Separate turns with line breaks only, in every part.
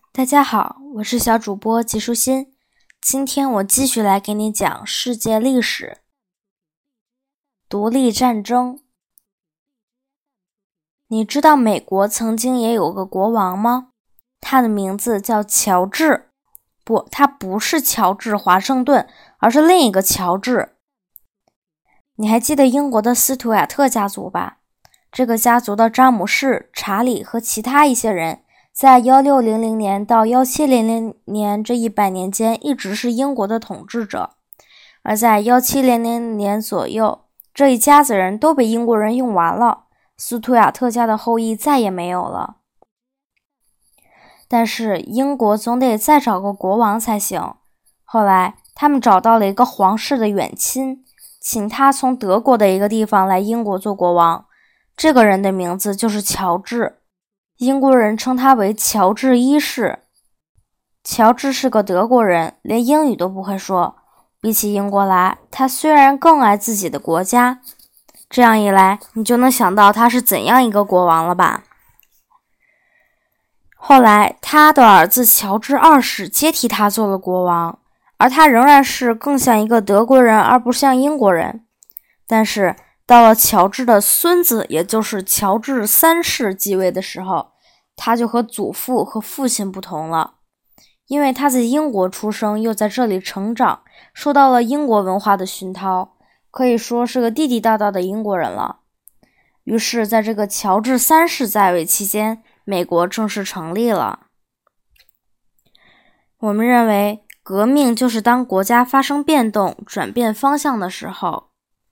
大家好，我是小主播吉舒心。今天我继续来给你讲世界历史。独立战争。你知道美国曾经也有个国王吗？他的名字叫乔治。不，他不是乔治华盛顿，而是另一个乔治。你还记得英国的斯图亚特家族吧？这个家族的詹姆士、查理和其他一些人在1600年到1700年这100年间一直是英国的统治者，而在1700年左右，这一家子人都被英国人用完了，斯图亚特家的后裔再也没有了。但是英国总得再找个国王才行。后来他们找到了一个皇室的远亲，请他从德国的一个地方来英国做国王。这个人的名字就是乔治，英国人称他为乔治一世。乔治是个德国人，连英语都不会说。比起英国来，他虽然更爱自己的国家。这样一来，你就能想到他是怎样一个国王了吧？后来，他的儿子乔治二世接替他做了国王，而他仍然是更像一个德国人，而不像英国人。但是，到了乔治的孙子，也就是乔治三世继位的时候，他就和祖父和父亲不同了。因为他在英国出生，又在这里成长，受到了英国文化的熏陶，可以说是个地地道道的英国人了。于是在这个乔治三世在位期间，美国正式成立了。我们认为革命就是当国家发生变动、转变方向的时候。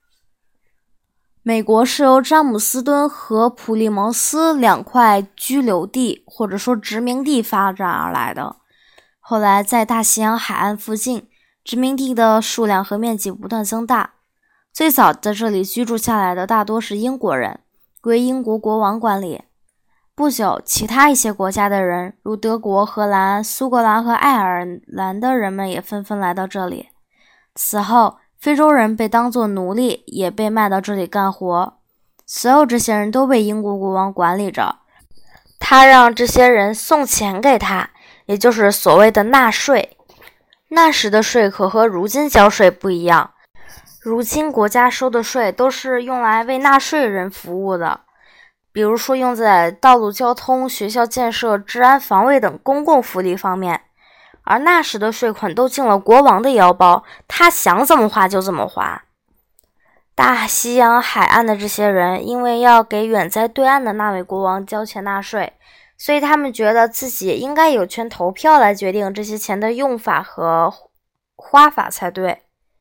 美国是由詹姆斯敦和普利茅斯两块居留地或者说殖民地发展而来的。后来在大西洋海岸附近，殖民地的数量和面积不断增大。最早在这里居住下来的大多是英国人，归英国国王管理。不久，其他一些国家的人，如德国、荷兰、苏格兰和爱尔兰的人们也纷纷来到这里。此后，非洲人被当作奴隶，也被卖到这里干活。所有这些人都被英国国王管理着，他让这些人送钱给他，也就是所谓的纳税。那时的税可和如今交税不一样，如今国家收的税都是用来为纳税人服务的，比如说用在道路交通、学校建设、治安防卫等公共福利方面。而那时的税款都进了国王的腰包，他想怎么花就怎么花。大西洋海岸的这些人因为要给远在对岸的那位国王交钱纳税，所以他们觉得自己应该有权投票来决定这些钱的用法和花法才对。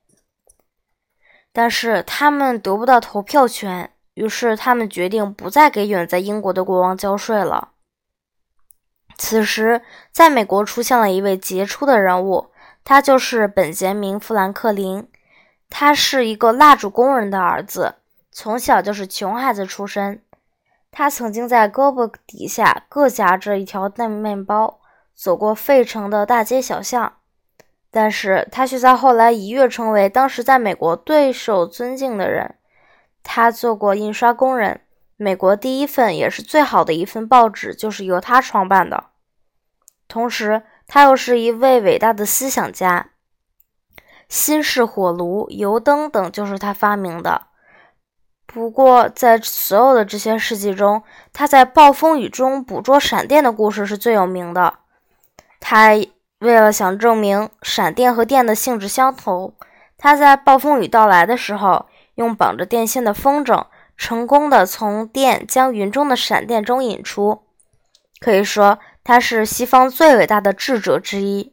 但是他们得不到投票权，于是他们决定不再给远在英国的国王交税了。此时，在美国出现了一位杰出的人物，他就是本杰明·富兰克林。他是一个蜡烛工人的儿子，从小就是穷孩子出身。他曾经在胳膊底下各夹着一条嫩面包，走过费城的大街小巷。但是他却在后来一跃成为当时在美国最受尊敬的人。他做过印刷工人，美国第一份也是最好的一份报纸就是由他创办的。同时，他又是一位伟大的思想家。新式火炉、油灯等就是他发明的。不过，在所有的这些事迹中，他在暴风雨中捕捉闪电的故事是最有名的。他为了想证明闪电和电的性质相同，他在暴风雨到来的时候，用绑着电线的风筝成功的从电将云中的闪电中引出。可以说他是西方最伟大的智者之一。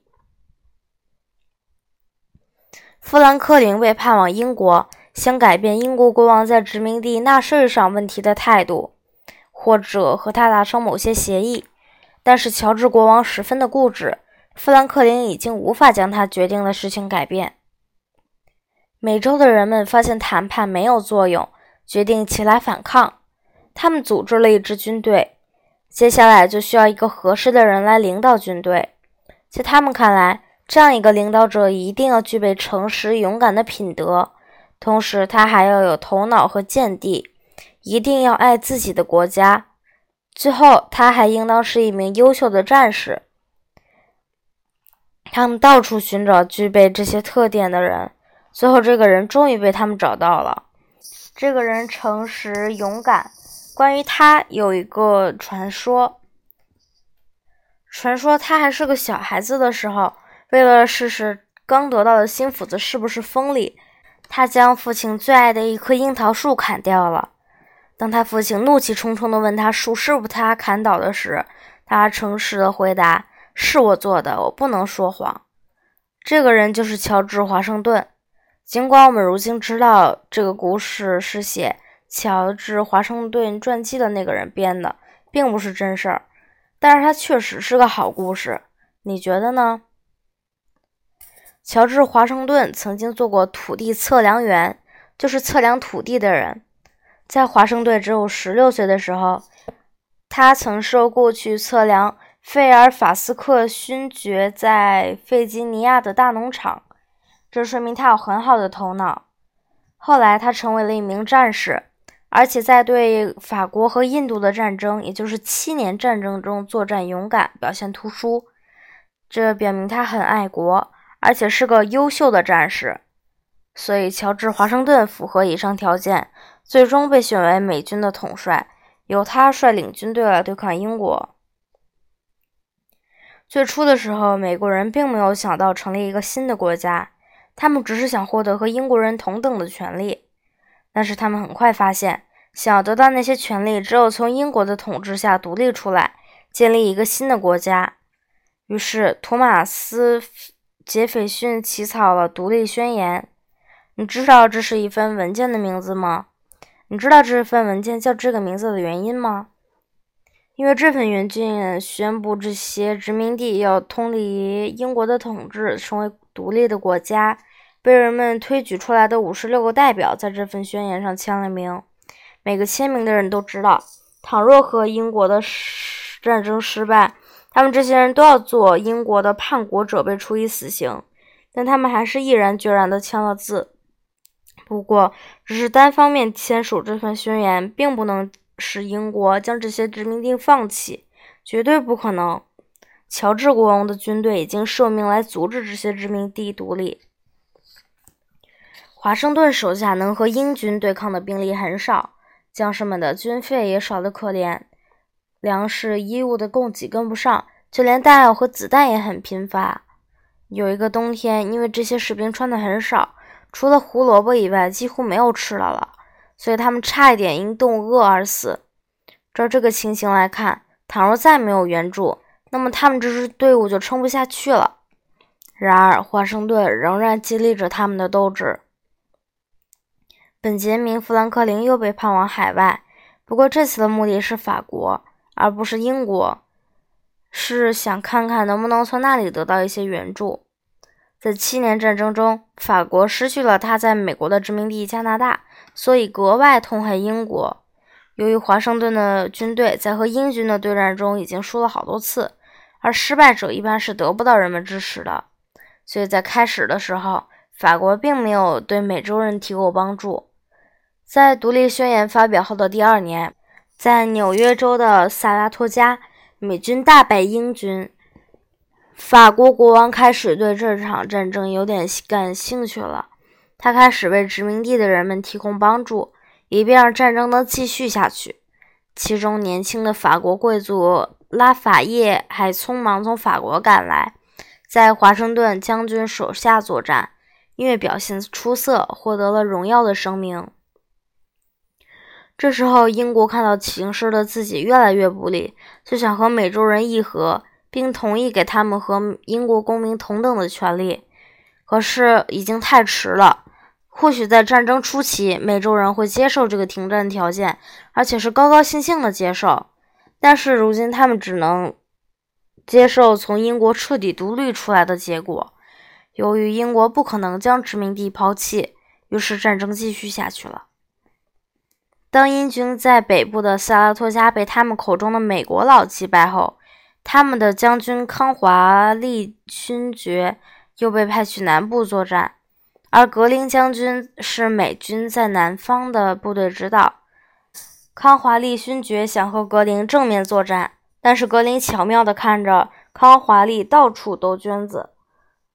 富兰克林被派往英国，想改变英国国王在殖民地纳税上问题的态度，或者和他达成某些协议。但是乔治国王十分的固执，富兰克林已经无法将他决定的事情改变。美洲的人们发现谈判没有作用，决定起来反抗。他们组织了一支军队，接下来就需要一个合适的人来领导军队。在他们看来，这样一个领导者一定要具备诚实勇敢的品德，同时他还要有头脑和见地，一定要爱自己的国家。最后，他还应当是一名优秀的战士。 他们到处寻找具备这些特点的人，最后这个人终于被他们找到了。这个人诚实勇敢，关于他有一个传说他还是个小孩子的时候，为了试试刚得到的新斧子是不是锋利，他将父亲最爱的一棵樱桃树砍掉了。当他父亲怒气冲冲地问他树是不是他砍倒的时，他诚实地回答：是我做的，我不能说谎。这个人就是乔治·华盛顿。尽管我们如今知道这个故事是写乔治·华盛顿传记的那个人编的，并不是真事儿，但是他确实是个好故事，你觉得呢？乔治·华盛顿曾经做过土地测量员，就是测量土地的人。在华盛顿只有16岁的时候，他曾受雇去测量费尔法斯克勋爵在费吉尼亚的大农场，这说明他有很好的头脑。后来他成为了一名战士，而且在对法国和印度的战争，也就是7年战争中作战勇敢，表现突出。这表明他很爱国，而且是个优秀的战士。所以乔治·华盛顿符合以上条件，最终被选为美军的统帅，由他率领军队来对抗英国。最初的时候，美国人并没有想到成立一个新的国家，他们只是想获得和英国人同等的权利。但是他们很快发现，想要得到那些权利，只有从英国的统治下独立出来，建立一个新的国家。于是托马斯·杰斐逊起草了独立宣言。你知道这是一份文件的名字吗？你知道这份文件叫这个名字的原因吗？因为这份文件宣布这些殖民地要脱离英国的统治，成为独立的国家，被人们推举出来的56个代表在这份宣言上签了名。每个签名的人都知道，倘若和英国的战争失败，他们这些人都要做英国的叛国者，被处以死刑。但他们还是毅然决然地签了字。不过，只是单方面签署这份宣言，并不能使英国将这些殖民地放弃，绝对不可能。乔治国王的军队已经受命来阻止这些殖民地独立。华盛顿手下能和英军对抗的兵力很少，将士们的军费也少得可怜，粮食、衣物的供给跟不上，就连弹药和子弹也很贫乏。有一个冬天，因为这些士兵穿得很少，除了胡萝卜以外几乎没有吃的了，所以他们差一点因冻饿而死。照这个情形来看，倘若再没有援助，那么他们这支队伍就撑不下去了。然而华盛顿仍然激励着他们的斗志。本杰明·富兰克林又被派往海外，不过这次的目的是法国，而不是英国，是想看看能不能从那里得到一些援助。在7年战争中，法国失去了他在美国的殖民地加拿大，所以格外痛恨英国。由于华盛顿的军队在和英军的对战中已经输了好多次，而失败者一般是得不到人们支持的，所以在开始的时候，法国并没有对美洲人提供帮助。在独立宣言发表后的第2年，在纽约州的萨拉托加，美军大败英军。法国国王开始对这场战争有点感兴趣了，他开始为殖民地的人们提供帮助，以便让战争能继续下去。其中年轻的法国贵族拉法叶还匆忙从法国赶来，在华盛顿将军手下作战，因为表现出色，获得了荣耀的声名。这时候英国看到形势的自己越来越不利，就想和美洲人议和，并同意给他们和英国公民同等的权利。可是已经太迟了，或许在战争初期，美洲人会接受这个停战条件，而且是高高兴兴的接受，但是如今他们只能接受从英国彻底独立出来的结果。由于英国不可能将殖民地抛弃，于是战争继续下去了。当英军在北部的萨拉托加被他们口中的美国佬击败后，他们的将军康华利勋爵又被派去南部作战，而格林将军是美军在南方的部队指导。康华利勋爵想和格林正面作战，但是格林巧妙地看着康华利到处兜圈子，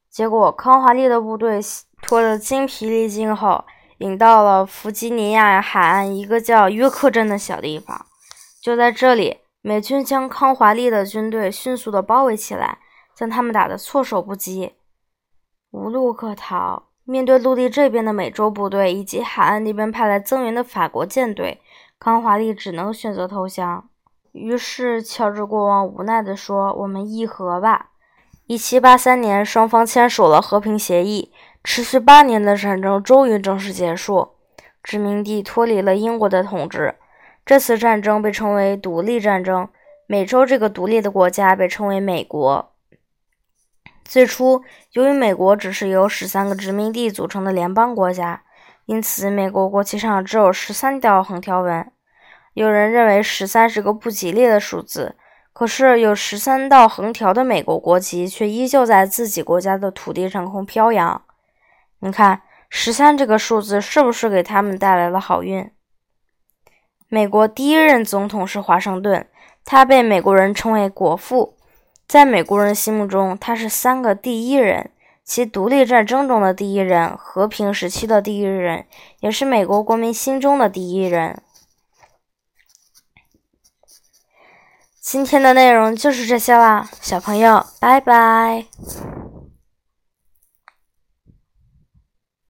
结果康华利的部队拖得精疲力尽后，引到了弗吉尼亚海岸一个叫约克镇的小地方。就在这里，美军将康华利的军队迅速地包围起来，将他们打得措手不及，无路可逃。面对陆地这边的美洲部队以及海岸那边派来增援的法国舰队，康华利只能选择投降。于是乔治国王无奈地说：“我们议和吧。”1783年，双方签署了和平协议，持续8年的战争终于正式结束，殖民地脱离了英国的统治。这次战争被称为独立战争，美洲这个独立的国家被称为美国。最初，由于美国只是由13个殖民地组成的联邦国家，因此美国国旗上只有13道横条纹。有人认为13是个不吉利的数字，可是有13道横条的美国国旗却依旧在自己国家的土地上空飘扬。你看，13这个数字是不是给他们带来了好运？美国第一任总统是华盛顿，他被美国人称为国父。在美国人心目中，他是3个第一人，其独立战争中的第一人，和平时期的第一人，也是美国国民心中的第一人。今天的内容就是这些啦，小朋友，拜拜。